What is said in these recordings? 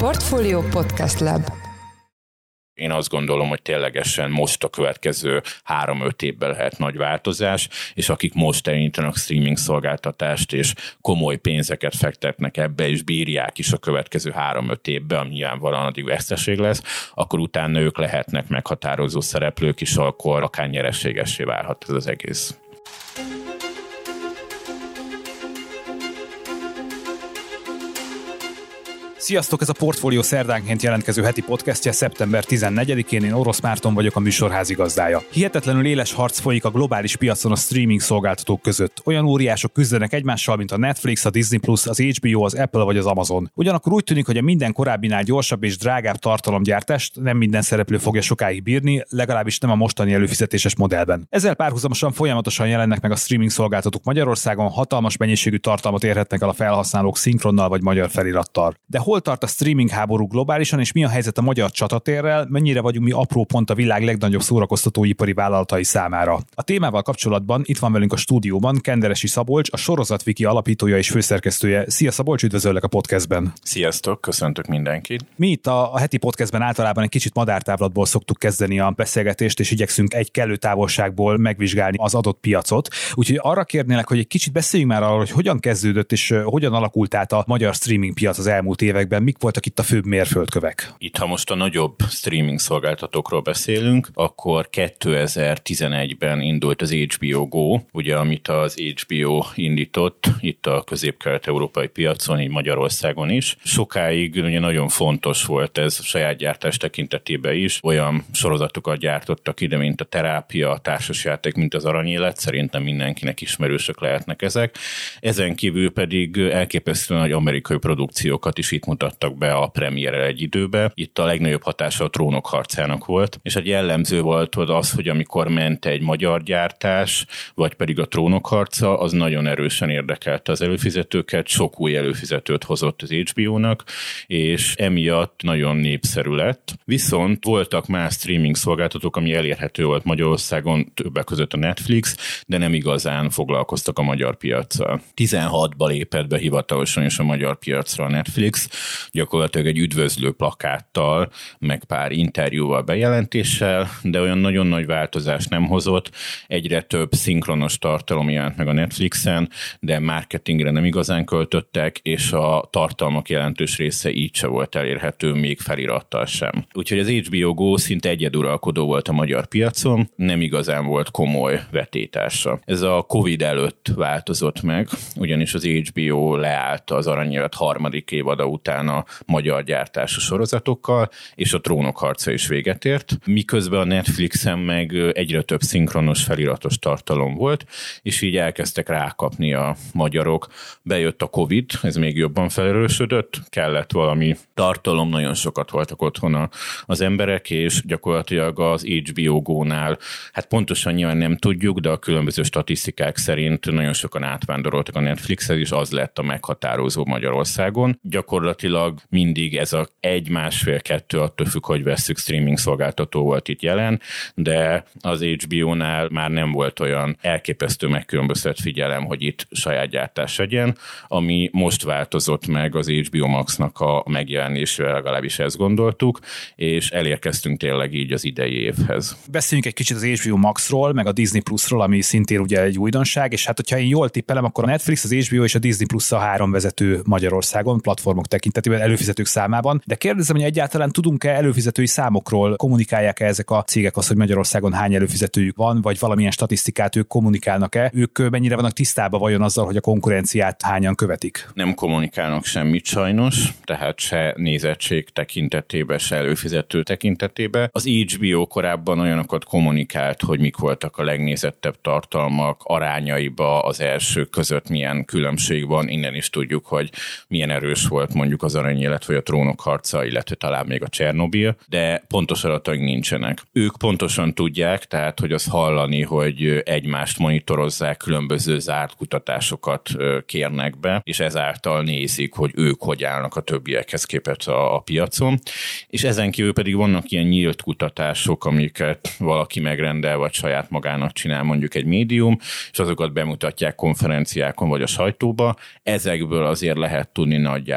Portfolio Podcast Lab. Én azt gondolom, hogy ténylegesen most a következő 3-5 évben lehet nagy változás, és akik most elindítanak streaming szolgáltatást, és komoly pénzeket fektetnek ebbe, és bírják is a következő 3-5 évben, ami nyilvánvalóan addig veszteség lesz, akkor utána ők lehetnek meghatározó szereplők, és akkor akár nyereségessé válhat ez az egész. Sziasztok, ez a Portfolio szerdánként jelentkező heti podcastje szeptember 14-én, én Orosz Márton vagyok, a műsor házigazdája. Hihetetlenül éles harc folyik a globális piacon a streaming szolgáltatók között. Olyan óriások küzdenek egymással, mint a Netflix, a Disney+, az HBO, az Apple vagy az Amazon. Ugyanakkor úgy tűnik, hogy a minden korábbinál gyorsabb és drágább tartalomgyártást nem minden szereplő fogja sokáig bírni, legalábbis nem a mostani előfizetéses modellben. Ezzel párhuzamosan folyamatosan jelennek meg a streaming szolgáltatók Magyarországon, hatalmas mennyiségű tartalmat érhetnek el a felhasználók szinkronnal vagy magyar felirattal. De hol tart a streaming háború globálisan, és mi a helyzet a magyar csatatérrel, mennyire vagyunk mi apró pont a világ legnagyobb szórakoztatóipari vállalatai számára? A témával kapcsolatban itt van velünk a stúdióban Kenderesi Szabolcs, a Sorozatviki alapítója és főszerkesztője. Szia Szabolcs, üdvözöllek a podcastben! Sziasztok, köszöntök mindenkit! Mi itt a heti podcastben általában egy kicsit madártávlatból szoktuk kezdeni a beszélgetést, és igyekszünk egy kellő távolságból megvizsgálni az adott piacot. Úgyhogy arra kérnélek, hogy egy kicsit beszéljünk már arról, hogy hogyan kezdődött és hogyan alakult át a magyar streaming piac az elmúlt években. Mik voltak itt a főbb mérföldkövek? Itt, ha most a nagyobb streaming szolgáltatókról beszélünk, akkor 2011-ben indult az HBO Go, ugye, amit az HBO indított itt a közép-kelet-európai piacon, így Magyarországon is. Sokáig ugye nagyon fontos volt ez a saját gyártás tekintetében is. Olyan sorozatokat gyártottak ide, mint a Terápia, a társasjáték, mint az Aranyélet. Szerintem mindenkinek ismerősök lehetnek ezek. Ezen kívül pedig elképesztően nagy amerikai produkciókat is itt mutattak be a premierrel egy időbe. Itt a legnagyobb hatása a Trónok harcának volt, és egy jellemző volt az, hogy amikor ment egy magyar gyártás, vagy pedig a Trónok harca, az nagyon erősen érdekelte az előfizetőket, sok új előfizetőt hozott az HBO-nak, és emiatt nagyon népszerű lett. Viszont voltak más streaming szolgáltatók, ami elérhető volt Magyarországon, többek között a Netflix, de nem igazán foglalkoztak a magyar piaccal. 16-ban lépett be hivatalosan is a magyar piacra a Netflix, gyakorlatilag egy üdvözlő plakáttal, meg pár interjúval, bejelentéssel, de olyan nagyon nagy változást nem hozott. Egyre több szinkronos tartalom jelent meg a Netflixen, de marketingre nem igazán költöttek, és a tartalmak jelentős része így se volt elérhető, még felirattal sem. Úgyhogy az HBO Go szinte egyeduralkodó volt a magyar piacon, nem igazán volt komoly vetétása. Ez a Covid előtt változott meg, ugyanis az HBO leállt az Aranyélet 3. évada után a magyar gyártású sorozatokkal, és a Trónok harca is véget ért, miközben a Netflixen meg egyre több szinkronos feliratos tartalom volt, és így elkezdtek rákapni a magyarok. Bejött a Covid, ez még jobban felerősödött, kellett valami tartalom, nagyon sokat voltak otthon az emberek, és gyakorlatilag az HBO Go-nál, hát pontosan nyilván nem tudjuk, de a különböző statisztikák szerint nagyon sokan átvándoroltak a Netflixhez, és az lett a meghatározó Magyarországon. Gyakorlatilag mindig ez a 1-1,5-2 attól függ, hogy vesszük, streaming szolgáltató volt itt jelen, de az HBO-nál már nem volt olyan elképesztő megkülönböztetett figyelem, hogy itt saját gyártás legyen, ami most változott meg az HBO Max-nak a megjelenésével, legalábbis ezt gondoltuk, és elérkeztünk tényleg így az idei évhez. Beszéljünk egy kicsit az HBO Maxról, meg a Disney Plus-ról, ami szintén ugye egy újdonság, és hát hogyha én jól tippelem, akkor a Netflix, az HBO és a Disney Plus a 3 vezető Magyarországon, platformok tekintetében, előfizetők számában, de kérdezem, hogy egyáltalán tudunk-e előfizetői számokról, kommunikálják-e ezek a cégek azt, hogy Magyarországon hány előfizetőjük van, vagy valamilyen statisztikát ők kommunikálnak-e? Ők mennyire vannak tisztában vajon azzal, hogy a konkurenciát hányan követik? Nem kommunikálnak semmit sajnos, tehát se nézettség tekintetében, se előfizető tekintetében. Az HBO korábban olyanokat kommunikált, hogy mik voltak a legnézettebb tartalmak, arányaiba az elsők között milyen különbség van, innen is tudjuk, hogy milyen erős volt mondjuk az Aranyélet vagy a Trónok harca, illetve talán még a Csernobil, de pontos adataink nincsenek. Ők pontosan tudják, tehát hogy azt hallani, hogy egymást monitorozzák, különböző zárt kutatásokat kérnek be, és ezáltal nézik, hogy ők hogy állnak a többiekhez képest a piacon. És ezen kívül pedig vannak ilyen nyílt kutatások, amiket valaki megrendel, vagy saját magának csinál mondjuk egy médium, és azokat bemutatják konferenciákon vagy a sajtóba. Ezekből azért lehet tudni nagyjából,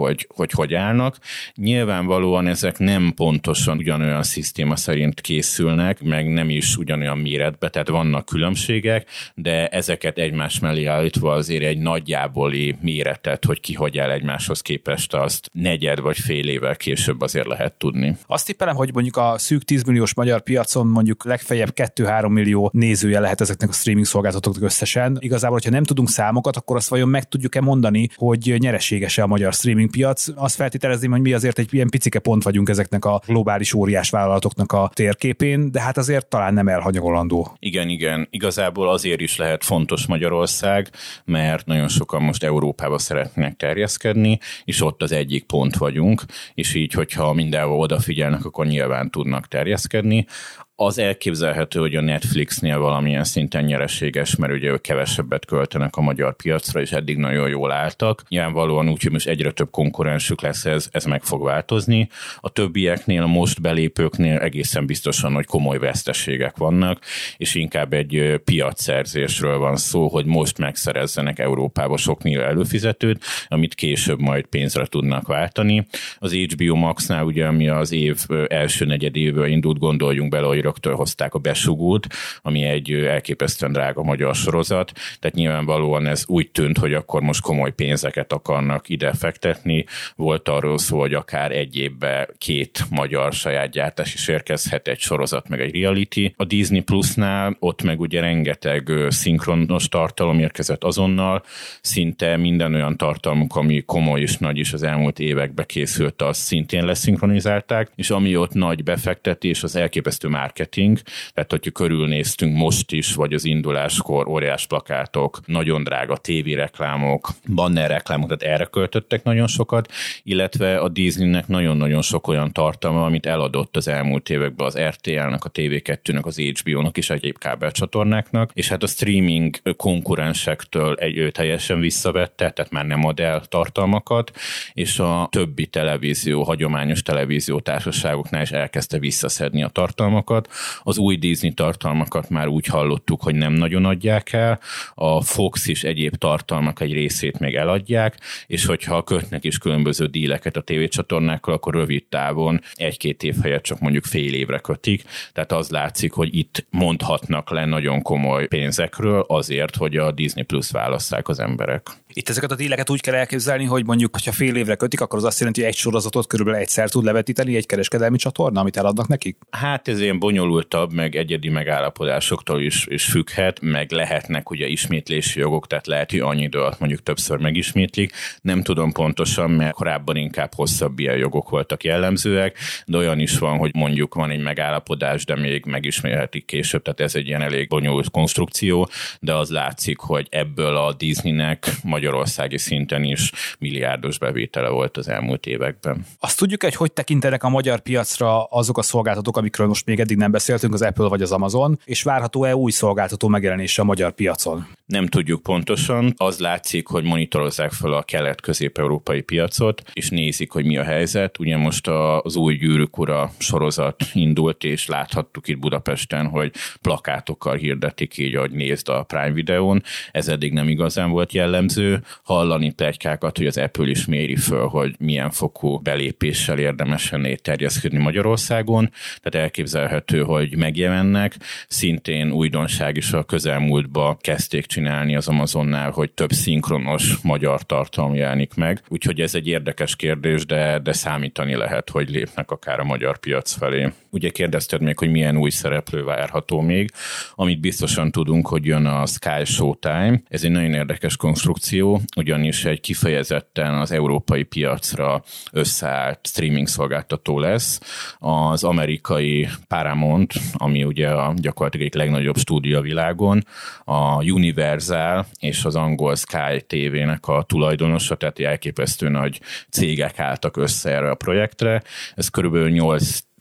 hogy állnak. Nyilvánvalóan ezek nem pontosan ugyanolyan szisztéma szerint készülnek, meg nem is ugyanolyan méretbe, tehát vannak különbségek, de ezeket egymás mellé állítva azért egy nagyjáboli méretet, hogy ki hogy áll egymáshoz képest, azt negyed vagy fél évvel később azért lehet tudni. Azt tippelem, hogy mondjuk a szűk 10 milliós magyar piacon mondjuk legfeljebb 2-3 millió nézője lehet ezeknek a streaming szolgáltatóknak összesen. Igazából, hogyha nem tudunk számokat, akkor azt vajon meg tudjuk-e mondani, hogy nyereséges-e a magyar streaming piac? Azt feltételezném, hogy mi azért egy ilyen picike pont vagyunk ezeknek a globális óriás vállalatoknak a térképén, de hát azért talán nem elhanyagolandó. Igen. Igazából azért is lehet fontos Magyarország, mert nagyon sokan most Európába szeretnének terjeszkedni, és ott az egyik pont vagyunk, és így, hogyha mindenhol odafigyelnek, akkor nyilván tudnak terjeszkedni. Az elképzelhető, hogy a Netflixnél valamilyen szinten nyereséges, mert ugye ők kevesebbet költenek a magyar piacra, és eddig nagyon jól álltak. Nyilvánvalóan úgy, hogy most egyre több konkurensük lesz, ez meg fog változni. A többieknél, a most belépőknél egészen biztosan, hogy komoly veszteségek vannak, és inkább egy piacszerzésről van szó, hogy most megszerezzenek Európába sok millió előfizetőt, amit később majd pénzre tudnak váltani. Az HBO Maxnál ugye, ami az év első negyedévből indult, gondoljunk bele, hogy rögtön hozták a Besugót, ami egy elképesztően drága magyar sorozat, tehát nyilvánvalóan ez úgy tűnt, hogy akkor most komoly pénzeket akarnak ide fektetni. Volt arról szó, hogy akár egy évben 2 magyar saját gyártás is érkezhet, egy sorozat meg egy reality. A Disney Plusnál ott meg ugye rengeteg szinkronos tartalom érkezett azonnal, szinte minden olyan tartalmuk, ami komoly és nagy is az elmúlt években készült, az szintén leszinkronizálták, és ami ott nagy befektetés, az elképesztő marketing, tehát hogyha körülnéztünk most is, vagy az induláskor óriás plakátok, nagyon drága tévéreklámok, banner reklámok, tehát erre költöttek nagyon sokat, illetve a Disneynek nagyon-nagyon sok olyan tartalma, amit eladott az elmúlt években az RTL-nek, a TV2-nek, az HBO-nak és egyéb kábelcsatornáknak, és hát a streaming konkurensektől teljesen visszavette, tehát már nem ad el tartalmakat, és a többi televízió, hagyományos televíziótársaságoknál is elkezdte visszaszedni a tartalmakat. Az új Disney tartalmakat már úgy hallottuk, hogy nem nagyon adják el, a Fox is egyéb tartalmak egy részét még eladják, és hogyha kötnek is különböző díleket a tévécsatornákkal, akkor rövid távon 1-2 év helyett csak mondjuk fél évre kötik, tehát az látszik, hogy itt mondhatnak le nagyon komoly pénzekről azért, hogy a Disney Plus válasszák az emberek. Itt ezeket a díleket úgy kell elképzelni, hogy mondjuk, ha fél évre kötik, akkor az azt jelenti, hogy egy sorozatot körülbelül egyszer tud levetíteni egy kereskedelmi csatorna, amit eladnak nekik? Hát ez ilyen bonyolultabb, meg egyedi megállapodásoktól is függhet, meg lehetnek ugye ismétlési jogok, tehát lehet, hogy annyi idő alatt mondjuk többször megismétlik. Nem tudom pontosan, mert korábban inkább hosszabb ilyen jogok voltak jellemzőek, de olyan is van, hogy mondjuk van egy megállapodás, de még megismételhetik később, tehát ez egy ilyen elég bonyolult konstrukció, de az látszik, hogy ebből a Disneynek magyarországi szinten is milliárdos bevétele volt az elmúlt években. Azt tudjuk, hogy tekintenek a magyar piacra azok a szolgáltatók, amikről most még eddig nem beszéltünk, az Apple vagy az Amazon, és várható-e új szolgáltató megjelenése a magyar piacon? Nem tudjuk pontosan. Az látszik, hogy monitorozzák fel a kelet-közép-európai piacot, és nézik, hogy mi a helyzet. Ugye most az új Gyűrűk ura sorozat indult, és láthattuk itt Budapesten, hogy plakátokkal hirdetik így, hogy nézd a Prime Videón. Ez eddig nem igazán volt jellemző. Hallani pletykákat, hogy az Apple is méri föl, hogy milyen fokú belépéssel érdemes ennél terjeszkedni Magyarországon. Tehát elképzelhető, hogy megjelennek. Szintén újdonság is a közelmúltban kezdték csinálni az Amazonnál, hogy több szinkronos magyar tartalom jelenik meg. Úgyhogy ez egy érdekes kérdés, de számítani lehet, hogy lépnek akár a magyar piac felé. Ugye kérdezted még, hogy milyen új szereplő várható még. Amit biztosan tudunk, hogy jön a Sky Showtime. Ez egy nagyon érdekes konstrukció, ugyanis egy kifejezetten az európai piacra összeállt streaming szolgáltató lesz. Az amerikai Paramount, ami ugye gyakorlatilag egy legnagyobb stúdió a világon, a Universal és az angol Sky TV-nek a tulajdonosa, tehát elképesztő nagy cégek álltak össze erre a projektre. Ez körülbelül 8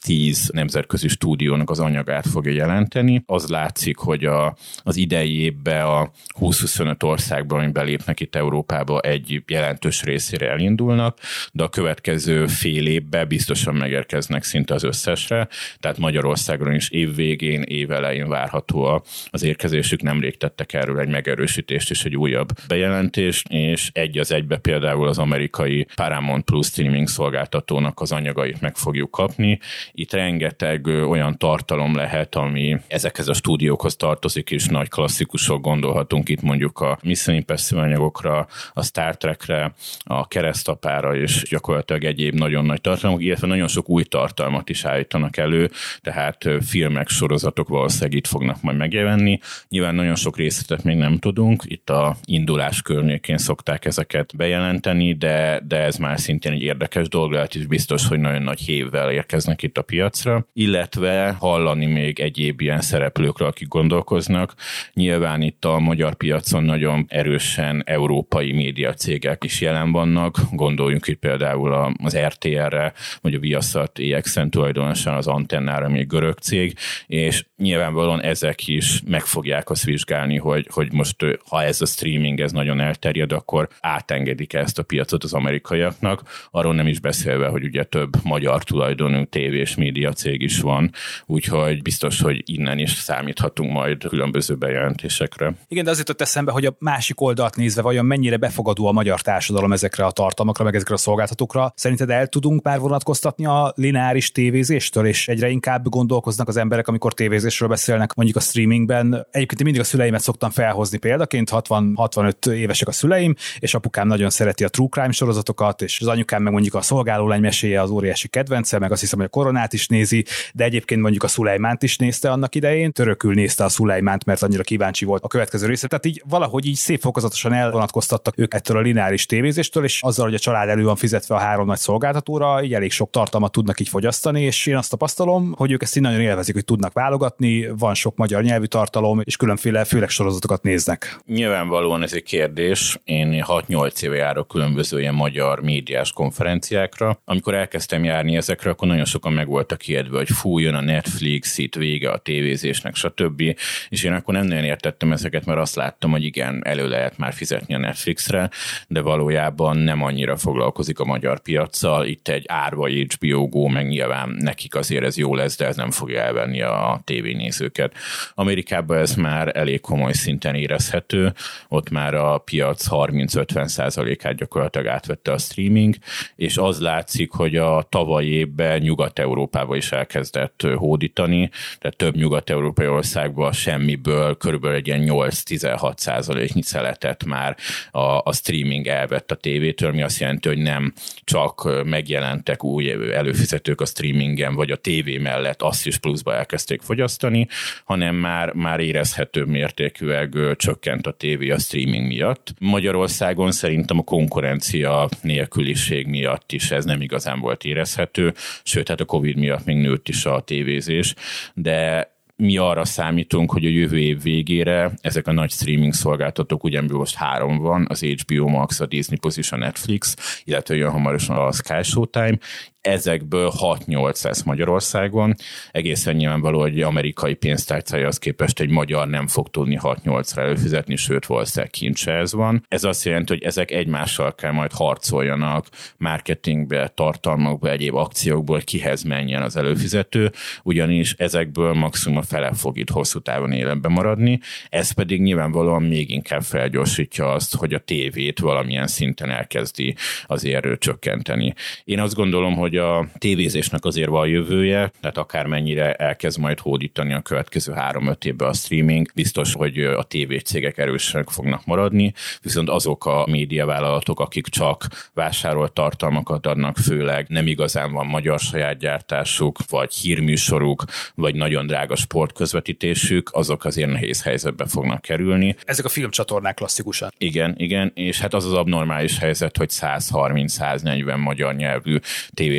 10 nemzetközi stúdiónak az anyagát fogja jelenteni. Az látszik, hogy az idei évben a 20-25 országban, ami belépnek itt Európába, egy jelentős részére elindulnak, de a következő fél évben biztosan megérkeznek szinte az összesre, tehát Magyarországon is év végén, év elején várható az érkezésük. Nemrég tettek erről egy megerősítést és egy újabb bejelentést, és egy az egybe például az amerikai Paramount Plus streaming szolgáltatónak az anyagait meg fogjuk kapni. Itt rengeteg olyan tartalom lehet, ami ezekhez a stúdiókhoz tartozik, és nagy klasszikusok, gondolhatunk itt mondjuk a Mission Impossible anyagokra, a Star Trekre, a Keresztapára, és gyakorlatilag egyéb nagyon nagy tartalmak, illetve nagyon sok új tartalmat is állítanak elő, tehát filmek, sorozatok valószínűleg itt fognak majd megjelenni. Nyilván nagyon sok részletet még nem tudunk, itt a indulás környékén szokták ezeket bejelenteni, de ez már szintén egy érdekes dolog, lehet is biztos, hogy nagyon nagy hévvel érkeznek itt a piacra, illetve hallani még egyéb ilyen szereplőkről, akik gondolkoznak. Nyilván itt a magyar piacon nagyon erősen európai médiacégek is jelen vannak, gondoljunk itt például az RTL-re, vagy a Viaszat EXN tulajdonosan az Antennára, ami egy görög cég, és nyilvánvalóan ezek is meg fogják azt vizsgálni, hogy most ha ez a streaming ez nagyon elterjed, akkor átengedik ezt a piacot az amerikaiaknak. Arról nem is beszélve, hogy ugye több magyar tulajdonú tévés média cég is van, úgyhogy biztos, hogy innen is számíthatunk majd különböző bejelentésekre. Igen, de az jutott eszembe, hogy a másik oldalt nézve vajon mennyire befogadó a magyar társadalom ezekre a tartalmakra, meg ezekre a szolgáltatókra. Szerinted el tudunk már vonatkoztatni a lineáris tévézéstől, és egyre inkább gondolkoznak az emberek, amikor tévézésről beszélnek, mondjuk a streamingben. Egyébként én mindig a szüleimet szoktam felhozni példaként, 60-65 évesek a szüleim, és apukám nagyon szereti a true crime sorozatokat, és az anyukám meg mondjuk a Szolgálólány meséje az óriási kedvence, meg azt hiszem, hogy a Koronát is nézi, de egyébként mondjuk a Szulejmánt is nézte annak idején, törökül nézte a Szulejmánt, mert annyira kíváncsi volt a következő részre. Tehát így valahogy így szép fokozatosan elvonatkoztattak ők ettől a lineáris tévézéstől, és azzal, hogy a család elő van fizetve a 3 nagy szolgáltatóra, így elég sok tartalmat tudnak így fogyasztani, és én azt tapasztalom, hogy ők ezt így nagyon élvezik, hogy tudnak válogatni, van sok magyar nyelvű tartalom, és különféle főleg sorozatokat néznek. Nyilvánvalóan ez egy kérdés. Én 6-8 éve járok különböző ilyen magyar médiás konferenciákra. Amikor elkezdtem járni ezekre, akkor nagyon sokan meg voltak ijedve, hogy fú, jön a Netflix, itt vége a tévézésnek, stb. És én akkor nem nagyon értettem ezeket, mert azt láttam, hogy igen, elő lehet már fizetni a Netflixre, de valójában nem annyira foglalkozik a magyar piaccal. Itt egy árva HBO Go, meg nyilván nekik azért ez jó lesz, de ez nem fogja elvenni a tévénézőket. Amerikában ez már elég komoly szinten érezhető, ott már a piac 30-50%-át gyakorlatilag átvette a streaming, és az látszik, hogy a tavalyi évben Nyugat-Európában is elkezdett hódítani, tehát több nyugat-európai országban semmiből körülbelül egy ilyen 8-16%-nyi szeletet már a streaming elvett a tévétől, mi azt jelenti, hogy nem csak megjelentek új előfizetők a streamingen, vagy a tévé mellett azt is pluszba elkezdték fogyasztani, hanem már érezhetőbb mértékűleg csökkent a tévé a streaming miatt. Magyarországon szerintem a konkurencia nélküliség miatt is ez nem igazán volt érezhető, sőt, hát a Covid miatt még nőtt is a tévézés, de mi arra számítunk, hogy a jövő év végére ezek a nagy streaming szolgáltatók, ugyanből most 3 van, az HBO Max, a Disney Plus és a Netflix, illetve jön hamarosan a Sky Showtime, ezekből 6-8 lesz Magyarországon. Egészen nyilvánvaló, hogy amerikai pénztárcájához képest egy magyar nem fog tudni 6-8-ra előfizetni, sőt valószínűleg kint se ez van. Ez azt jelenti, hogy ezek egymással kell majd harcoljanak marketingbe, tartalmakba, egyéb akciókból, hogy kihez menjen az előfizető, ugyanis ezekből maximum a fele fog itt hosszú távon életben maradni. Ez pedig nyilvánvalóan még inkább felgyorsítja azt, hogy a tévét valamilyen szinten elkezdi azért csökkenteni. Én azt gondolom, hogy a tévézésnek azért van jövője, tehát akármennyire elkezd majd hódítani a következő 3-5 évben a streaming, biztos, hogy a tévécégek erősek fognak maradni, viszont azok a médiavállalatok, akik csak vásárolt tartalmakat adnak, főleg nem igazán van magyar saját gyártásuk, vagy hírműsoruk, vagy nagyon drága sportközvetítésük, azok azért nehéz helyzetbe fognak kerülni. Ezek a filmcsatornák klasszikusan. Igen, és hát az az abnormális helyzet, hogy 130-140 magyar nyelvű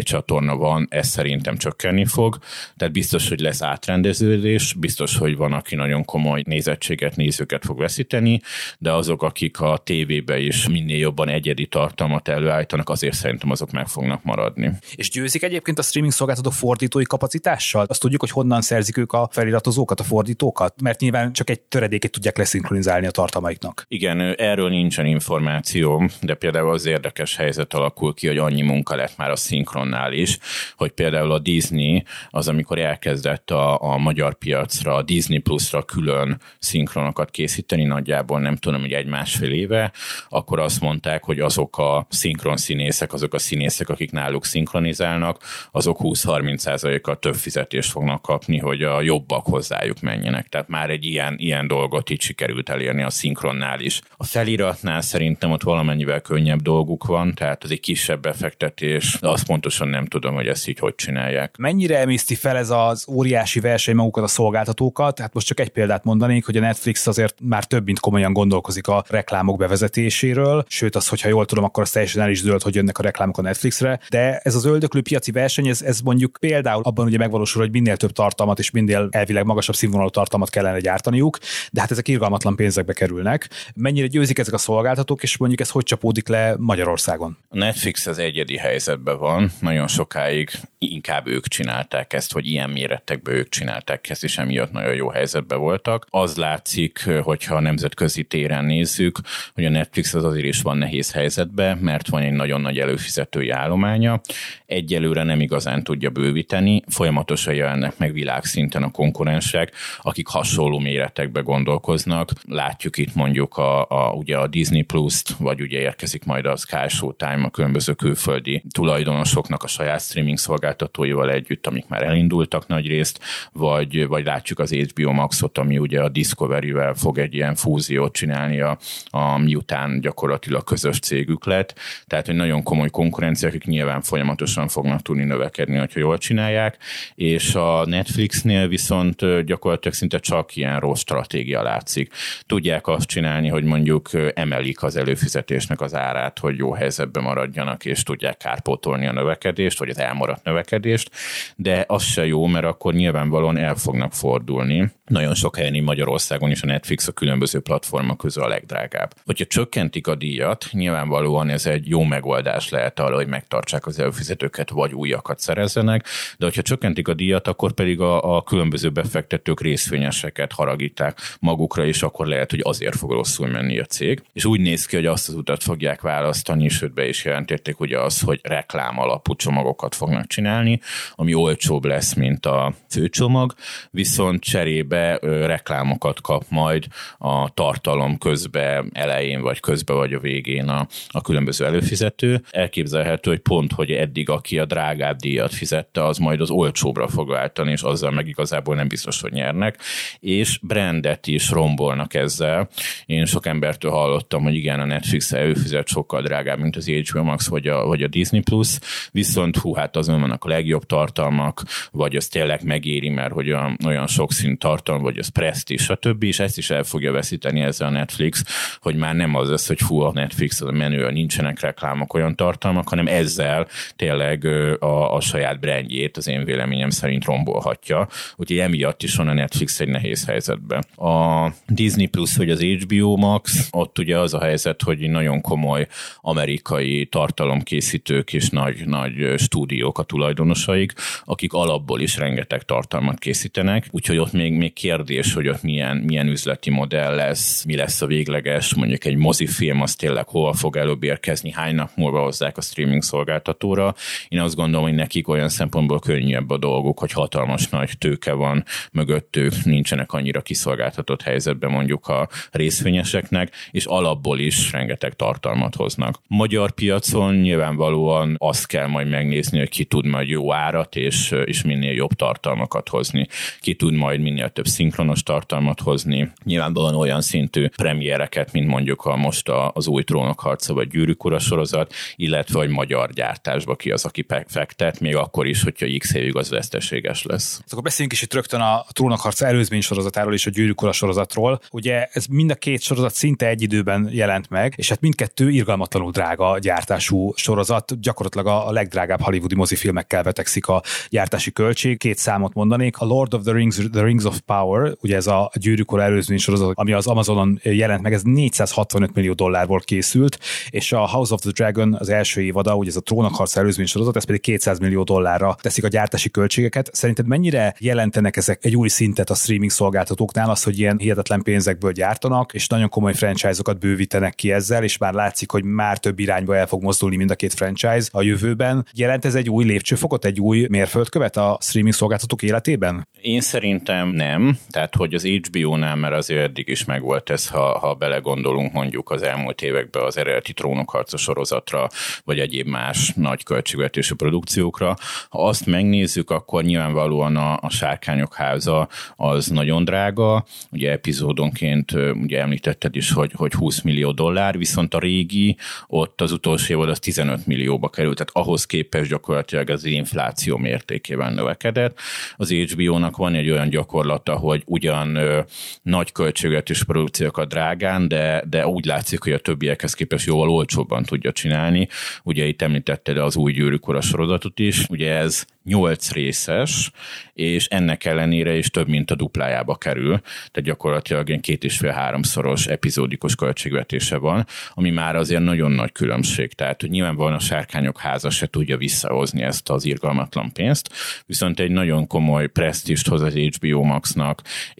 csatorna van, ez szerintem csökkenni fog, tehát biztos, hogy lesz átrendeződés, biztos, hogy van, aki nagyon komoly nézettséget, nézőket fog veszíteni, de azok, akik a tévébe is minél jobban egyedi tartalmat előállítanak, azért szerintem azok meg fognak maradni. És győzik egyébként a streaming szolgáltatók fordítói kapacitással? Azt tudjuk, hogy honnan szerzik ők a feliratozókat, a fordítókat? Mert nyilván csak egy töredékét tudják leszinkronizálni a tartalmaiknak. Igen, erről nincsen információ, de például az érdekes helyzet alakul ki, hogy annyi munka lett már a szinkronnál is, hogy például a Disney az, amikor elkezdett a magyar piacra, a Disney Plus-ra külön szinkronokat készíteni, nagyjából nem tudom, hogy 1-1,5 éve, akkor azt mondták, hogy azok a szinkron színészek, azok a színészek, akik náluk szinkronizálnak, azok 20-30%-kal több fizetést fognak kapni, hogy a jobbak hozzájuk menjenek. Tehát már egy ilyen dolgot így sikerült elérni a szinkronnál is. A feliratnál szerintem ott valamennyivel könnyebb dolguk van, tehát az egy kisebb befektetés, de azt pontosan nem tudom, hogy ezt így hogy csinálják. Mennyire emészti fel ez az óriási verseny magukat a szolgáltatókat? Hát most csak egy példát mondanék, hogy a Netflix azért már több mint komolyan gondolkozik a reklámok bevezetéséről, sőt az, hogyha jól tudom, akkor az teljesen el is dőlt, hogy jönnek a reklámok a Netflixre, de ez az öldöklő piaci verseny, ez mondjuk például abban ugye megvalósul, hogy minél több tartalmat és minél elvileg magasabb színvonalú tartalmat kellene gyártaniuk, de hát ezek irgalmatlan pénzekbe kerülnek. Mennyire győzik ezek a szolgáltatók, és mondjuk ez hogy csapódik le Magyarországon? A Netflix az egyedi helyzetben van, nagyon sokáig inkább ők csinálták ezt, vagy ilyen méretekben ők csinálták ezt, és emiatt nagyon jó helyzetben voltak. Az látszik, hogyha a nemzetközi téren nézzük, hogy a Netflix az azért is van nehéz helyzetben, mert van egy nagyon nagy előfizetői állománya, egyelőre nem igazán tudja bővíteni, folyamatosan jelennek meg világszinten a konkurensek, akik hasonló méretekbe gondolkoznak. Látjuk itt mondjuk ugye a Disney Plus-t, vagy ugye érkezik majd a Sky Showtime a különböző külföldi tulajdonosoknak a saját streaming szolgáltatóival együtt, amik már elindultak nagyrészt, vagy látjuk az HBO Maxot, ami ugye a Discovery-vel fog egy ilyen fúziót csinálni, miután gyakorlatilag közös cégük lett. Tehát, hogy nagyon komoly konkurencia, akik nyilván folyamatosan fognak tudni növekedni, hogyha jól csinálják, és a Netflixnél viszont gyakorlatilag szinte csak ilyen rossz stratégia látszik. Tudják azt csinálni, hogy mondjuk emelik az előfizetésnek az árát, hogy jó helyzetben maradjanak, és tudják kárpótolni a növekedést, vagy az elmaradt növekedést, de az se jó, mert akkor nyilvánvalóan el fognak fordulni. Nagyon sok helyen Magyarországon is a Netflix a különböző platformok közül a legdrágább. Hogyha csökkentik a díjat, nyilvánvalóan ez egy jó megoldás lehet arra, hogy megtartsák az előfizetőket, vagy újakat szerezzenek, de hogyha csökkentik a díjat, akkor pedig a különböző befektetők részvényeseket haragíták magukra, és akkor lehet, hogy azért fog rosszul menni a cég. És úgy néz ki, hogy azt az utat fogják választani, sőt be is jelentették ugye az, hogy reklám alapú csomagokat fognak csinálni, ami olcsóbb lesz, mint a főcsomag, viszont cserébe reklámokat kap majd a tartalom közben, elején vagy közben vagy a végén a különböző előfizető. Elképzelhető, hogy pont, hogy eddig aki a drágább díjat fizette, az majd az olcsóbbra fog váltani, és azzal meg igazából nem biztos, hogy nyernek, és brandet is rombolnak ezzel. Én sok embertől hallottam, hogy igen, a Netflix előfizet sokkal drágább, mint az HBO Max vagy a Disney Plus, viszont hát azon vannak a legjobb tartalmak, vagy az tényleg megéri, mert hogy olyan sokszínű tartalom, vagy az presztízs, stb. És ezt is el fogja veszíteni ezzel a Netflix, hogy már nem az lesz, hogy a Netflix az a menő, nincsenek reklámok, olyan tartalmak, hanem ezzel tényleg a saját brandjét az én véleményem szerint rombolhatja. Úgyhogy emiatt is van a Netflix egy nehéz helyzetben. A Disney Plus vagy az HBO Max, ott ugye az a helyzet, hogy nagyon komoly amerikai tartalomkészítők és nagy stúdiók a tulajdonosaik, akik alapból is rengeteg tartalmat készítenek, úgyhogy ott még kérdés, hogy ott milyen üzleti modell lesz, mi lesz a végleges, mondjuk egy mozifilm, az tényleg hova fog előbb érkezni, hány nap múlva hozzák a streaming szolgáltatóra. Én azt gondolom, hogy nekik olyan szempontból könnyebb a dolguk, hogy hatalmas nagy tőke van mögöttük, nincsenek annyira kiszolgáltatott helyzetben mondjuk a részvényeseknek, és alapból is rengeteg tartalmat hoznak. Magyar piacon nyilvánvalóan azt kell majd megnézni, hogy ki tud majd jó árat és minél jobb tartalmakat hozni. Ki tud majd minél több több szinkronos tartalmat hozni, nyilvánvalóan olyan szintű premiereket, mint mondjuk most az új Trónok harca vagy Gyűrűk ura sorozat, illetve hogy magyar gyártásba ki az, aki fektet, még akkor is, hogyha X évig az veszteséges lesz. Akkor beszéljünk is itt rögtön a Trónok harca előzmény sorozatáról és a Gyűrűk ura sorozatról. Ugye ez mind a két sorozat szinte egy időben jelent meg, és hát mindkettő irgalmatlanul drága gyártású sorozat, gyakorlatilag a legdrágább hollywoodi mozifilmekkel vetekszik a gyártási költség. Két számot mondanék. A Lord of the Rings of Power, ugye ez a Gyűrűk ura előzmény sorozat, ami az Amazonon jelent meg, ez $465 millió készült, és a House of the Dragon az első évada, ugye ez a Trónok harca előzmény sorozat, ez pedig $200 millió teszik a gyártási költségeket. Szerinted mennyire jelentenek ezek egy új szintet a streaming szolgáltatóknál, az, hogy ilyen hihetetlen pénzekből gyártanak, és nagyon komoly franchise-okat bővítenek ki ezzel, és már látszik, hogy már több irányba el fog mozdulni mind a két franchise a jövőben. Jelent ez egy új lépcsőfokot, egy új mérföldkövet a streaming szolgáltatók életében? Én szerintem nem, tehát hogy az HBO-nál már azért eddig is megvolt ez, ha belegondolunk mondjuk az elmúlt években az eredeti Trónok harca sorozatra, vagy egyéb más nagy költségvetésű produkciókra. Ha azt megnézzük, akkor nyilvánvalóan a Sárkányok háza az nagyon drága, ugye epizódonként ugye említetted is, hogy $20 millió, viszont a régi ott az utolsó évad az 15 millióba került, tehát ahhoz képest gyakorlatilag az infláció mértékében növekedett. Az HBO-nak van egy olyan gyakorlata, hogy ugyan nagy költségvetésű produkciókat drágán, de úgy látszik, hogy a többiekhez képest jóval olcsóbban tudja csinálni. Ugye itt említetted az új Gyűrűk ura sorozatot is, ugye ez 8 részes, és ennek ellenére is több mint a duplájába kerül, tehát gyakorlatilag ilyen 2,5-3-szoros epizódikus költségvetése van, ami már azért nagyon nagy különbség, tehát hogy nyilvánvalóan a Sárkányok háza se tudja visszahozni ezt az irgalmatlan pénzt, viszont egy nagyon komoly presztízst hoz az HBO Maxnak,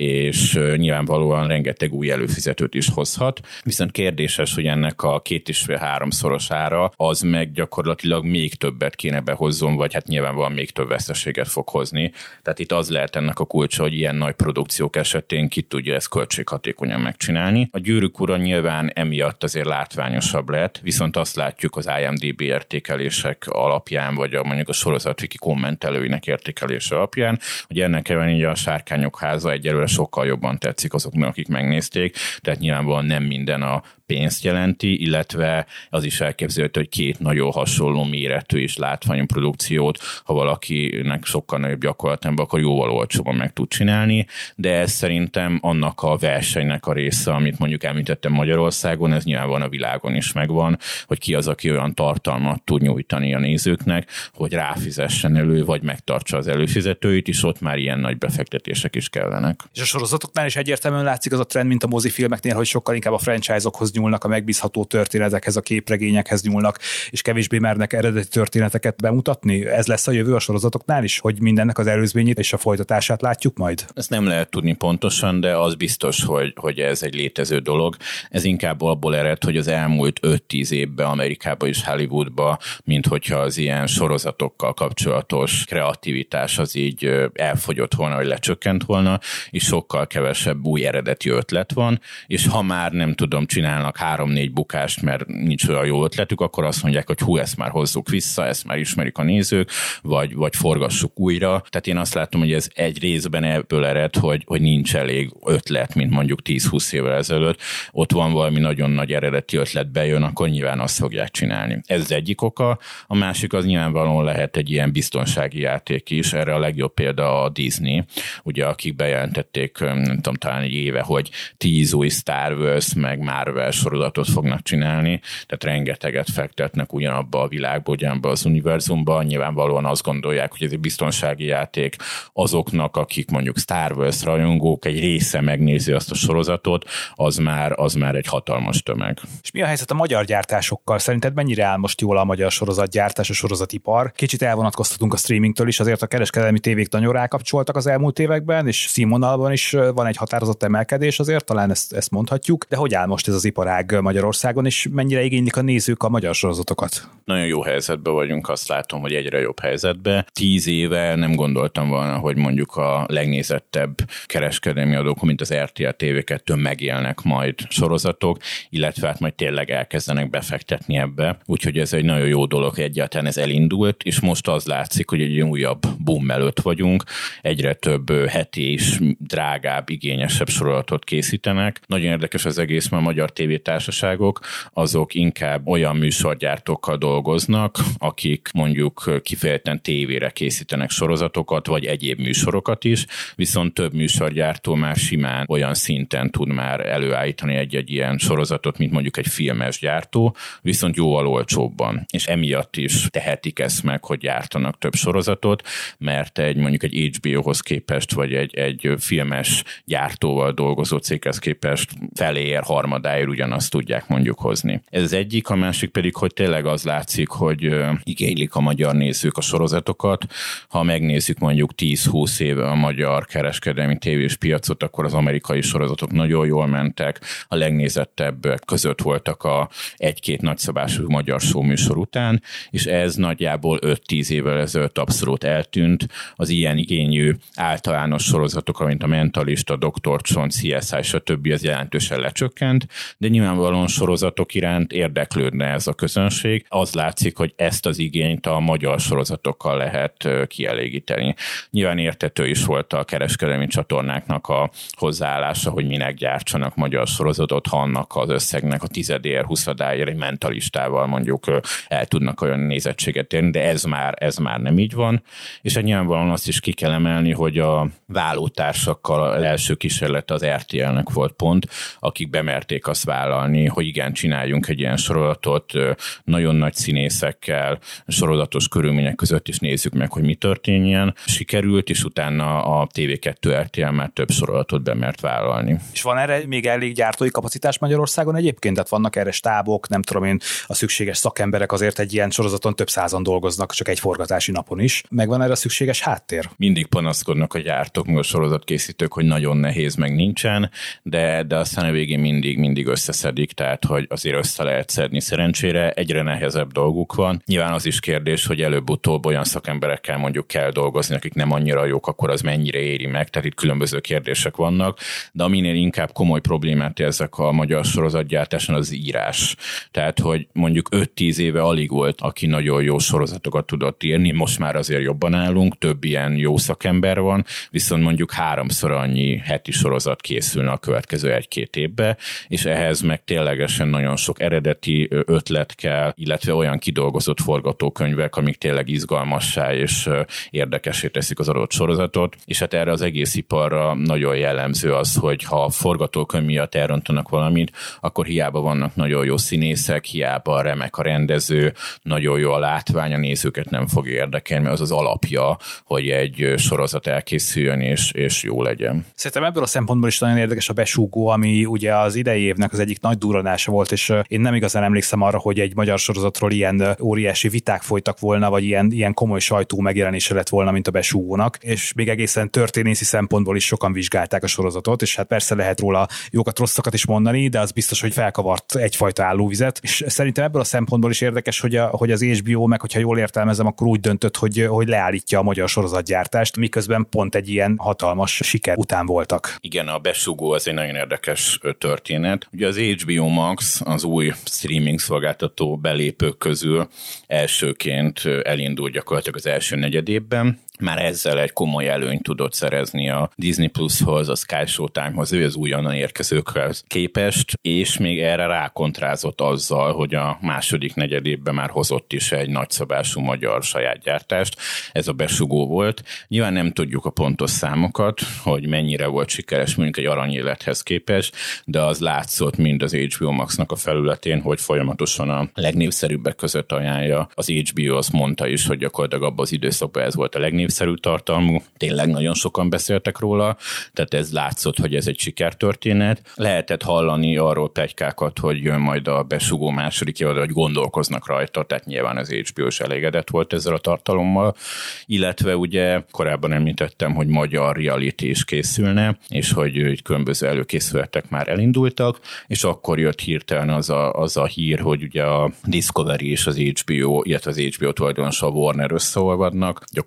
és nyilvánvalóan rengeteg új előfizetőt is hozhat, viszont kérdéses, hogy ennek a 2,5-3-szoros ára az meg gyakorlatilag még többet kéne behozzon, vagy hát nyilvánvalóan még több veszteséget fog hozni. Tehát itt az lehet ennek a kulcsa, hogy ilyen nagy produkciók esetén ki tudja ezt költséghatékonyan megcsinálni. A Gyűrűk ura nyilván emiatt azért látványosabb lett, viszont azt látjuk az IMDb értékelések alapján, vagy mondjuk a sorozatviki kommentelőinek értékelése alapján, hogy ennek ellenére a Sárkányok háza egyelőre sokkal jobban tetszik azoknak, akik megnézték, tehát nyilvánvalóan nem minden a pénzt jelenti, illetve az is elképzelhető, hogy két nagyon hasonló méretű és látványú produkciót, ha valakinek sokkal nagyobb gyakorlatába, akkor jóval olcsóban meg tud csinálni, de ez szerintem annak a versenynek a része, amit mondjuk említettem Magyarországon, ez nyilván a világon is megvan, hogy ki az, aki olyan tartalmat tud nyújtani a nézőknek, hogy ráfizessen elő, vagy megtartsa az előfizetőit, és ott már ilyen nagy befektetések is kellenek. És a sorozatoknál is egyértelműen látszik az a trend, mint a mozifilmeknél, hogy sokkal inkább a franchise-okhoz nyúlnak, a megbízható történetekhez, a képregényekhez nyúlnak, és kevésbé mernek eredeti történeteket bemutatni. Ez lesz a jövő a sorozatoknál is, hogy mindennek az előzményét és a folytatását látjuk majd? Ezt nem lehet tudni pontosan, de az biztos, hogy ez egy létező dolog. Ez inkább abból ered, hogy az elmúlt 5-10 évben Amerikában és Hollywoodban, mint hogyha az ilyen sorozatokkal kapcsolatos kreativitás az így elfogyott volna, vagy lecsökkent volna, és sokkal kevesebb új eredeti ötlet van, és ha már nem tudom, csinálnak 3-4 bukást, mert nincs olyan jó ötletük, akkor azt mondják, hogy hú, ezt már hozzuk vissza, ezt már ismerik a nézők, vagy forgassuk újra. Tehát én azt látom, hogy ez egy részben ebből ered, hogy nincs elég ötlet, mint mondjuk 10-20 évvel ezelőtt. Ott van valami nagyon nagy eredeti ötlet bejön, akkor nyilván azt fogják csinálni. Ez az egyik oka. A másik az nyilvánvalóan lehet egy ilyen biztonsági játék is. Erre a legjobb példa a Disney, ugye akik bejelentették, nem tudom, talán egy éve, hogy 10 új Star Wars meg Marvel sorozatot fognak csinálni, tehát rengeteget fektetnek ugyanabba a világba, ugyanabba az univerzumba. Nyilvánvalóan azt gondolják, hogy ez egy biztonsági játék azoknak, akik mondjuk Star Wars rajongók, egy része megnézi azt a sorozatot, az már egy hatalmas tömeg. És mi a helyzet a magyar gyártásokkal? Szerinted mennyire áll most jól a magyar sorozatgyártás, a sorozatipar? Kicsit elvonatkoztatunk a streamingtől is, azért a kereskedelmi tévék nagyon rákapcsoltak az elmúlt években, és színvonalban is van egy határozott emelkedés azért, talán ezt mondhatjuk, de hogy áll most ez az iparág Magyarországon, és mennyire igénylik a nézők a magyar sorozatokat? Nagyon jó helyzetben vagyunk, azt látom, hogy egyre jobb helyzetben. 10 éve nem gondoltam volna, hogy mondjuk a legnézettebb kereskedelmi adók, mint az RTL TV2 megélnek majd sorozatok, illetve hát majd tényleg elkezdenek befektetni ebbe. Úgyhogy ez egy nagyon jó dolog, hogy egyáltalán ez elindult, és most az látszik, hogy egy újabb boom előtt vagyunk, egyre több heti és drágább, igényesebb sorozatot készítenek. Nagyon érdekes az egész, mert a magyar tévétársaságok azok inkább olyan műsorgyártókkal dolgoznak, akik mondjuk kifejezetten tévére készítenek sorozatokat, vagy egyéb műsorokat is, viszont több műsorgyártó már simán olyan szinten tud már előállítani egy ilyen sorozatot, mint mondjuk egy filmes gyártó, viszont jóval olcsóbban. És emiatt is tehetik ezt meg, hogy gyártanak több sorozatot, mert mondjuk egy HBO-hoz képest, vagy egy filmes gyártóval dolgozó céghez képest feléért, harmadáért ugyanazt tudják mondjuk hozni. Ez az egyik, a másik pedig, hogy tényleg az látszik, hogy igénylik a magyar nézők a sorozatokat. Ha megnézzük mondjuk 10-20 éve a magyar kereskedelmi tévés piacot, akkor az amerikai sorozatok nagyon jól mentek, a legnézettebbek között voltak a egy-két nagyszabású magyar showműsor után, és ez nagyjából 5-10 évvel ezelőtt abszolút eltűnt. Az ilyen igényű általános sorozatok, mint a Mentalista, Dr. Csont, CSI, stb. Az jelentősen lecsökkent, de nyilvánvalóan sorozatok iránt érdeklődne ez a közönség. Az látszik, hogy ezt az igényt a magyar sorozatokkal lehet kielégíteni. Nyilván értető is volt a kereskedelmi csatornáknak a hozzáállása, hogy minek gyártsanak magyar sorozatot, ha annak az összegnek a tizedéért, huszadáért egy Mentalistával mondjuk el tudnak olyan nézettséget érni, de ez már nem így van. És nyilvánvalóan azt is ki kell emelni, hogy a vállótársakkal az első kísérlete az RTL-nek volt pont, akik bemerték azt vállalni, hogy igen, csináljunk egy ilyen sorozatot nagyon nagy színészekkel, sorozatos körülmények között is nézzük meg, hogy mi történjen. Sikerült, és utána a TV2 RTL már több sorozatot bemert vállalni. És van erre még elég gyártói kapacitás Magyarországon egyébként? Tehát vannak erre stábok, nem tudom én, a szükséges szakemberek azért egy ilyen sorozaton több százan dolgoznak, csak egy forgatási napon is. Megvan erre a szükséges háttér? Mindig panaszkodnak a gyártók, meg a sorozatkészítők, hogy nagyon nehéz, meg nincsen, de aztán a végén mindig összeszedik, tehát hogy azért össze lehet szedni. Szerencsére egyre nehezebb dolguk van. Nyilván az is kérdés, hogy előbb-utóbb olyan szakemberekkel mondjuk kell dolgozni, akik nem annyira jók, akkor az mennyire éri meg, tehát itt különböző kérdések vannak, de aminél inkább komoly problémát érzek a magyar sorozatgyártáson az írás. Tehát, hogy mondjuk 5-10 éve alig volt, aki nagyon jó sorozatokat tudott írni, most már azért jobban állunk, több ilyen jó szakember van, viszont mondjuk 3-szor annyi heti sorozat készülne a következő 1-2 évbe, és ehhez meg ténylegesen nagyon sok eredeti ötlet kell, illetve olyan kidolgozott forgatókönyvek, amik tényleg izgalmassá és érdekessé teszik az adott sorozatot, és hát erre az egész iparra nagyon jellemző az, hogy ha a forgatókönyv miatt elrontanak valamit, akkor hiába vannak nagyon jó színészek, hiába remek a rendező, nagyon jó a látvány, a nézőket nem fog érdekelni, mert az az alapja, hogy egy sorozat elkészüljön és jó legyen. Szerintem ebből a szempontból is nagyon érdekes a Besúgó, ami ugye az idei évnek az egyik nagy durranása volt, és én nem igazán emlékszem arra, hogy egy magyar sorozatról ilyen óriási viták folytak volna, vagy ilyen komoly sajtó megjelenése lett volna, mint a Besúgónak, és még egészen történészi szempontból is sokan vizsgálták a sorozatot, és hát persze lehet róla jókat, rosszakat is mondani, de az biztos, hogy felkavart egyfajta állóvizet, és szerintem ebből a szempontból is érdekes, hogy az HBO meg, hogyha jól értelmezem, akkor úgy döntött, hogy leállítja a magyar sorozatgyártást, miközben pont egy ilyen hatalmas siker után voltak. Igen, a Besúgó az egy nagyon érdekes történet. Ugye az HBO Max az új streaming szolgáltató belépők közül elsőként elindult gyakorlatilag az első negyedévben. Már ezzel egy komoly előnyt tudott szerezni a Disney Plushoz, a Sky Showtime-hoz, az újonnan érkezőkhez képest, és még erre rákontrázott azzal, hogy a második negyedévben már hozott is egy nagyszabású magyar saját gyártást. Ez a Besúgó volt. Nyilván nem tudjuk a pontos számokat, hogy mennyire volt sikeres mondjuk egy Aranyélethez képest, de az látszott mind az HBO Max-nak a felületén, hogy folyamatosan a legnépszerűbbek között ajánlja. Az HBO azt mondta is, hogy gyakorlatilag abban az időszakban ez volt a legnépszerűbb tartalmú. Tényleg nagyon sokan beszéltek róla, tehát ez látszott, hogy ez egy sikertörténet. Lehetett hallani arról pletykákat, hogy jön majd a Besúgó második évad, hogy gondolkoznak rajta, tehát nyilván az HBO is elégedett volt ezzel a tartalommal, illetve ugye korábban említettem, hogy magyar reality is készülne, és hogy különböző előkészületek már elindultak, és akkor jött hirtelen az a hír, hogy ugye a Discovery és az HBO, illetve az HBO tulajdonosa a Warner összeolvadnak, gyakorlatilag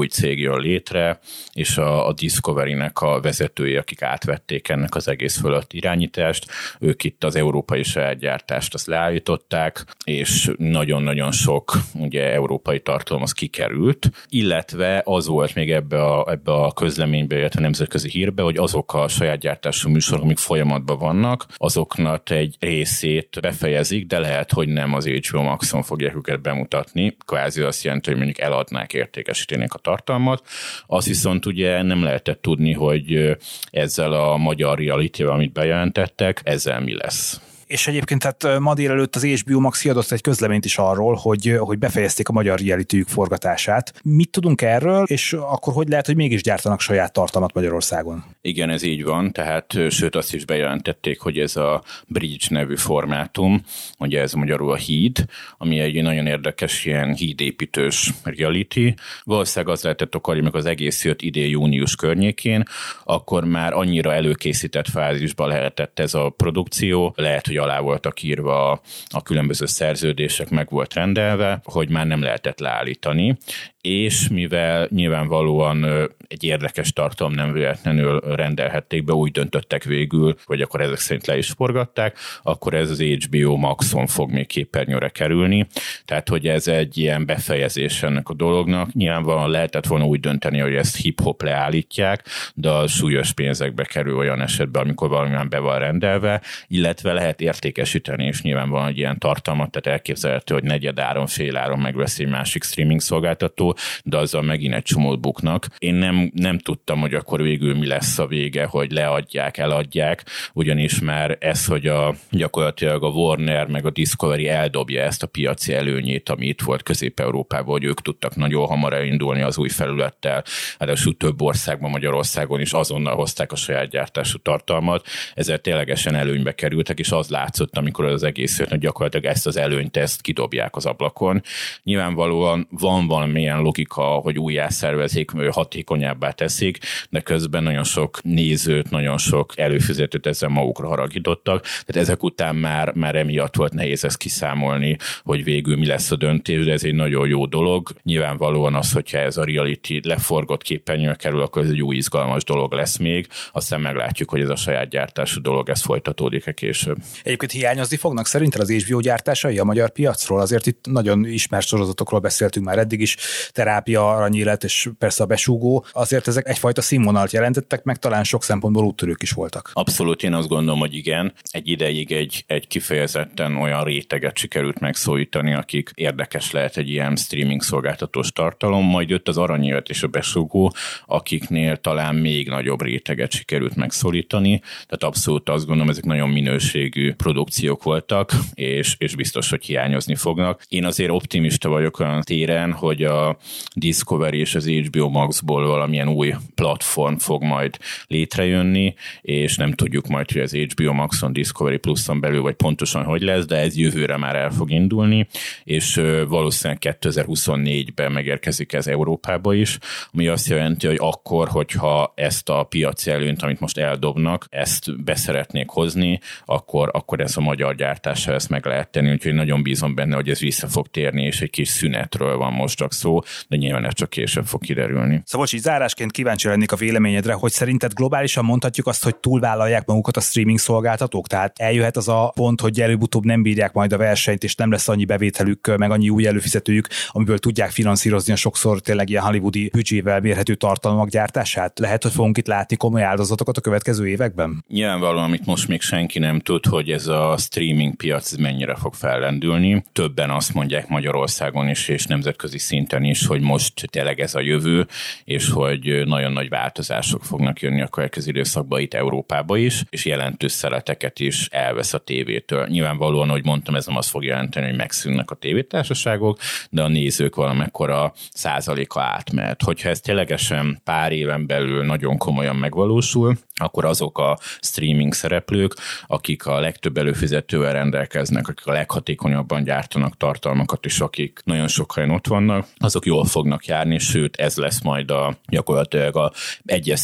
új cég jön létre, és a Discovery-nek a vezetői, akik átvették ennek az egész fölött irányítást, ők itt az európai saját gyártást azt leállították, és nagyon-nagyon sok ugye európai tartalom az kikerült, illetve az volt még ebbe a közleménybe, illetve a nemzetközi hírbe, hogy azok a saját gyártású műsorok, amik folyamatban vannak, azoknak egy részét befejezik, de lehet, hogy nem az HBO Maxon fogják őket bemutatni. Kvázi azt jelenti, hogy mondjuk eladnák, értékesítenék a tartalmat. Azt viszont ugye nem lehetett tudni, hogy ezzel a magyar reality-vel, amit bejelentettek, ezzel mi lesz. És egyébként tehát ma délelőtt az HBO Max kiadott egy közleményt is arról, hogy befejezték a magyar reality-jük forgatását. Mit tudunk erről, és akkor hogy lehet, hogy mégis gyártanak saját tartalmat Magyarországon? Igen, ez így van, tehát sőt azt is bejelentették, hogy ez a Bridge nevű formátum, ugye ez magyarul a híd, ami egy nagyon érdekes ilyen hídépítős reality. Valószínűleg az lehetett okarni, meg az egész jött idén június környékén, akkor már annyira előkészített fázisban lehetett ez a produkció, lehet, hogy alá voltak írva a különböző szerződések, meg volt rendelve, hogy már nem lehetett leállítani, és mivel nyilvánvalóan egy érdekes tartalom nem véletlenül rendelhették be, úgy döntöttek végül, hogy akkor ezek szerint le is forgatták, akkor ez az HBO Maxon fog még képernyőre kerülni, tehát hogy ez egy ilyen befejezés ennek a dolognak. Nyilvánvalóan lehetett volna úgy dönteni, hogy ezt hip-hop leállítják, de a súlyos pénzekbe kerül olyan esetben, amikor valamilyen be van rendelve, illetve lehet értékesíteni, és nyilvánvalóan egy ilyen tartalmat, tehát elképzelhető, hogy negyedáron, féláron megveszi egy másik streaming szolgáltató, de azzal megint egy csomót buknak. Én nem tudtam, hogy akkor végül mi lesz a vége, hogy leadják, eladják, ugyanis már ez, hogy gyakorlatilag a Warner meg a Discovery eldobja ezt a piaci előnyét, ami itt volt Közép-Európában, hogy ők tudtak nagyon hamar elindulni az új felülettel, ráadásul több országban, Magyarországon is azonnal hozták a saját gyártású tartalmat, ezzel ténylegesen előnybe kerültek, és az látszott, amikor az egész jött, hogy gyakorlatilag ezt az előnyt, ezt kidobják az ablakon. Nyilvánvalóan van valamilyen logika, hogy újjászervezik, hatékonyabbá teszik, de közben nagyon sok nézőt, nagyon sok előfizetőt ezzel magukra haragítottak. Tehát ezek után már emiatt volt nehéz ezt kiszámolni, hogy végül mi lesz a döntés, de ez egy nagyon jó dolog. Nyilvánvalóan az, hogyha ez a reality leforgott képernyőre kerül, akkor ez egy új izgalmas dolog lesz még. Aztán meglátjuk, hogy ez a saját gyártású dolog, ez folytatódik-e később. Egyébként hiányozni fognak szerinted az HBO gyártásai a magyar piacról? Azért itt nagyon ismert sorozatokról beszéltünk már eddig is, Terápia, Aranyélet és persze a Besúgó. Azért ezek egyfajta színvonalat jelentettek, meg talán sok szempontból úttörők is voltak. Abszolút, én azt gondolom, hogy igen. Egy ideig egy kifejezetten olyan réteget sikerült megszólítani, akik érdekes lehet egy ilyen streaming szolgáltatós tartalom, majd jött az Aranyélet és a Besúgó, akiknél talán még nagyobb réteget sikerült megszólítani. Tehát abszolút azt gondolom, ezek nagyon minőségű produkciók voltak, és biztos, hogy hiányozni fognak. Én azért optimista vagyok olyan téren, hogy a Discovery és az HBO Maxból valamilyen új platform fog majd létrejönni, és nem tudjuk majd, hogy az HBO Maxon, Discovery Pluson belül, vagy pontosan hogy lesz, de ez jövőre már el fog indulni, és valószínűleg 2024-ben megérkezik ez Európába is, ami azt jelenti, hogy akkor, hogyha ezt a piaci előnyt, amit most eldobnak, ezt beszeretnék hozni, akkor ez a magyar gyártással ezt meg lehet tenni, úgyhogy nagyon bízom benne, hogy ez vissza fog térni, és egy kis szünetről van most csak szó, de nyilván ez csak később fog kiderülni. Szóval így zárásként kíváncsi lennék a véleményedre, hogy szerinted globálisan mondhatjuk azt, hogy túlvállalják magukat a streaming szolgáltatók? Tehát eljöhet az a pont, hogy előbb-utóbb nem bírják majd a versenyt, és nem lesz annyi bevételük, meg annyi új előfizetőjük, amiből tudják finanszírozni a sokszor tényleg ilyen hollywoodi büdzsével mérhető tartalmak gyártását? Lehet, hogy fogunk itt látni komoly áldozatokat a következő években? Nyilvánvalóan, amit most még senki nem tud, hogy ez a streaming piac mennyire fog fellendülni. Többen azt mondják Magyarországon is, és nemzetközi szinten is, hogy most tényleg ez a jövő, és hogy nagyon nagy változások fognak jönni a következő időszakban itt Európába is, és jelentős szeleteket is elvesz a tévétől. Nyilvánvalóan, ahogy mondtam, ez nem azt fog jelenteni, hogy megszűnnek a tévétársaságok, de a nézők valamekkora százaléka átmehet. Hogyha ez ténylegesen pár éven belül nagyon komolyan megvalósul, akkor azok a streaming szereplők, akik a legtöbb előfizetővel rendelkeznek, akik a leghatékonyabban gyártanak tartalmakat, és akik nagyon sok helyen ott vannak, azok jól fognak járni, sőt ez lesz majd gyakorlatilag a egyes szereplőknek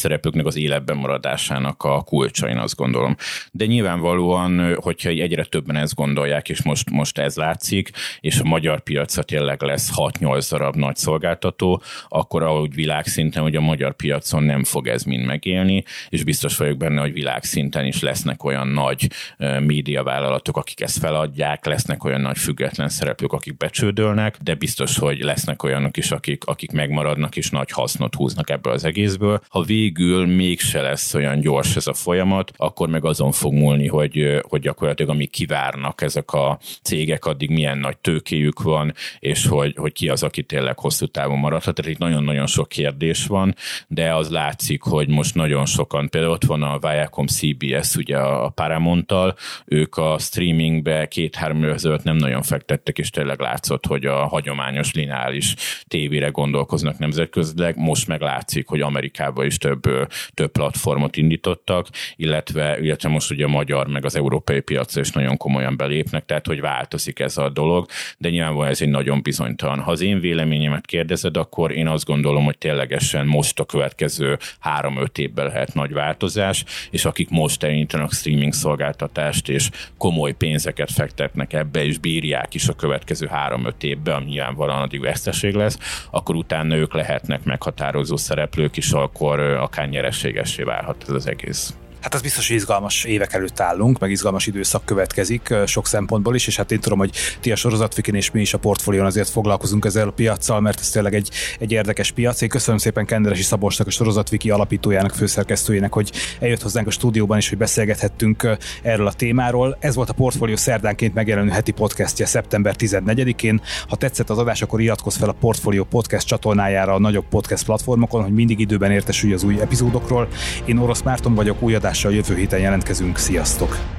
az életben maradásának a kulcsa, én azt gondolom. De nyilvánvalóan, hogyha egyre többen ezt gondolják, és most ez látszik, és a magyar piacra tényleg lesz 6-8 darab nagy szolgáltató, akkor ahogy világszinten, hogy a magyar piacon nem fog ez mind megélni, és biztos vagyok benne, hogy világszinten is lesznek olyan nagy médiavállalatok, akik ezt feladják, lesznek olyan nagy független szereplők, akik becsődölnek, de biztos, hogy lesznek olyanok is, akik megmaradnak és nagy hasznot húznak ebből az egészből. Ha végül mégse lesz olyan gyors ez a folyamat, akkor meg azon fog múlni, hogy gyakorlatilag amíg kivárnak ezek a cégek, addig milyen nagy tőkéjük van, és hogy ki az, aki tényleg hosszú távon maradhat. Tehát itt nagyon-nagyon sok kérdés van, de az látszik, hogy most nagyon sokan, például ott van a Viacom CBS, ugye a Paramounttal, ők a streamingbe 2-3 évvel ezelőtt nem nagyon fektettek, és tényleg látszott, hogy a hagyományos lineáris tévére gondolkoznak nemzetközileg. Most meg látszik, hogy Amerikában is több platformot indítottak, illetve most ugye a magyar meg az európai piacra is nagyon komolyan belépnek, tehát hogy változik ez a dolog, de nyilvánvalóan ez egy nagyon bizonytalan. Ha az én véleményemet kérdezed, akkor én azt gondolom, hogy ténylegesen most a következő 3-5 évben lehet nagy változás, és akik most elindítanak streaming szolgáltatást, és komoly pénzeket fektetnek ebbe, és bírják is a következő 3-5 évben, ami nyilvánvalóan addig veszteség lesz, akkor utána ők lehetnek meghatározó szereplők, és akkor akár nyereségessé válhat ez az egész. Hát az biztos, hogy izgalmas évek előtt állunk, meg izgalmas időszak következik sok szempontból is, és hát én tudom, hogy ti a Sorozatwikin és mi is a Portfólión azért foglalkozunk ezzel a piaccal, mert ez tényleg egy érdekes piac. Én köszönöm szépen Kenderesi Szabolcsnak, a Sorozatwiki alapítójának, főszerkesztőjének, hogy eljött hozzánk a stúdióban is, hogy beszélgethettünk erről a témáról. Ez volt a Portfólió szerdánként megjelenő heti podcastje szeptember 14-én. Ha tetszett az adás, akkor iratkozz fel a Portfólió podcast csatornájára a nagyobb podcast platformokon, hogy mindig időben értesülj az új epizódokról. Én Orosz Márton vagyok, új adással jövő héten jelentkezünk. Sziasztok!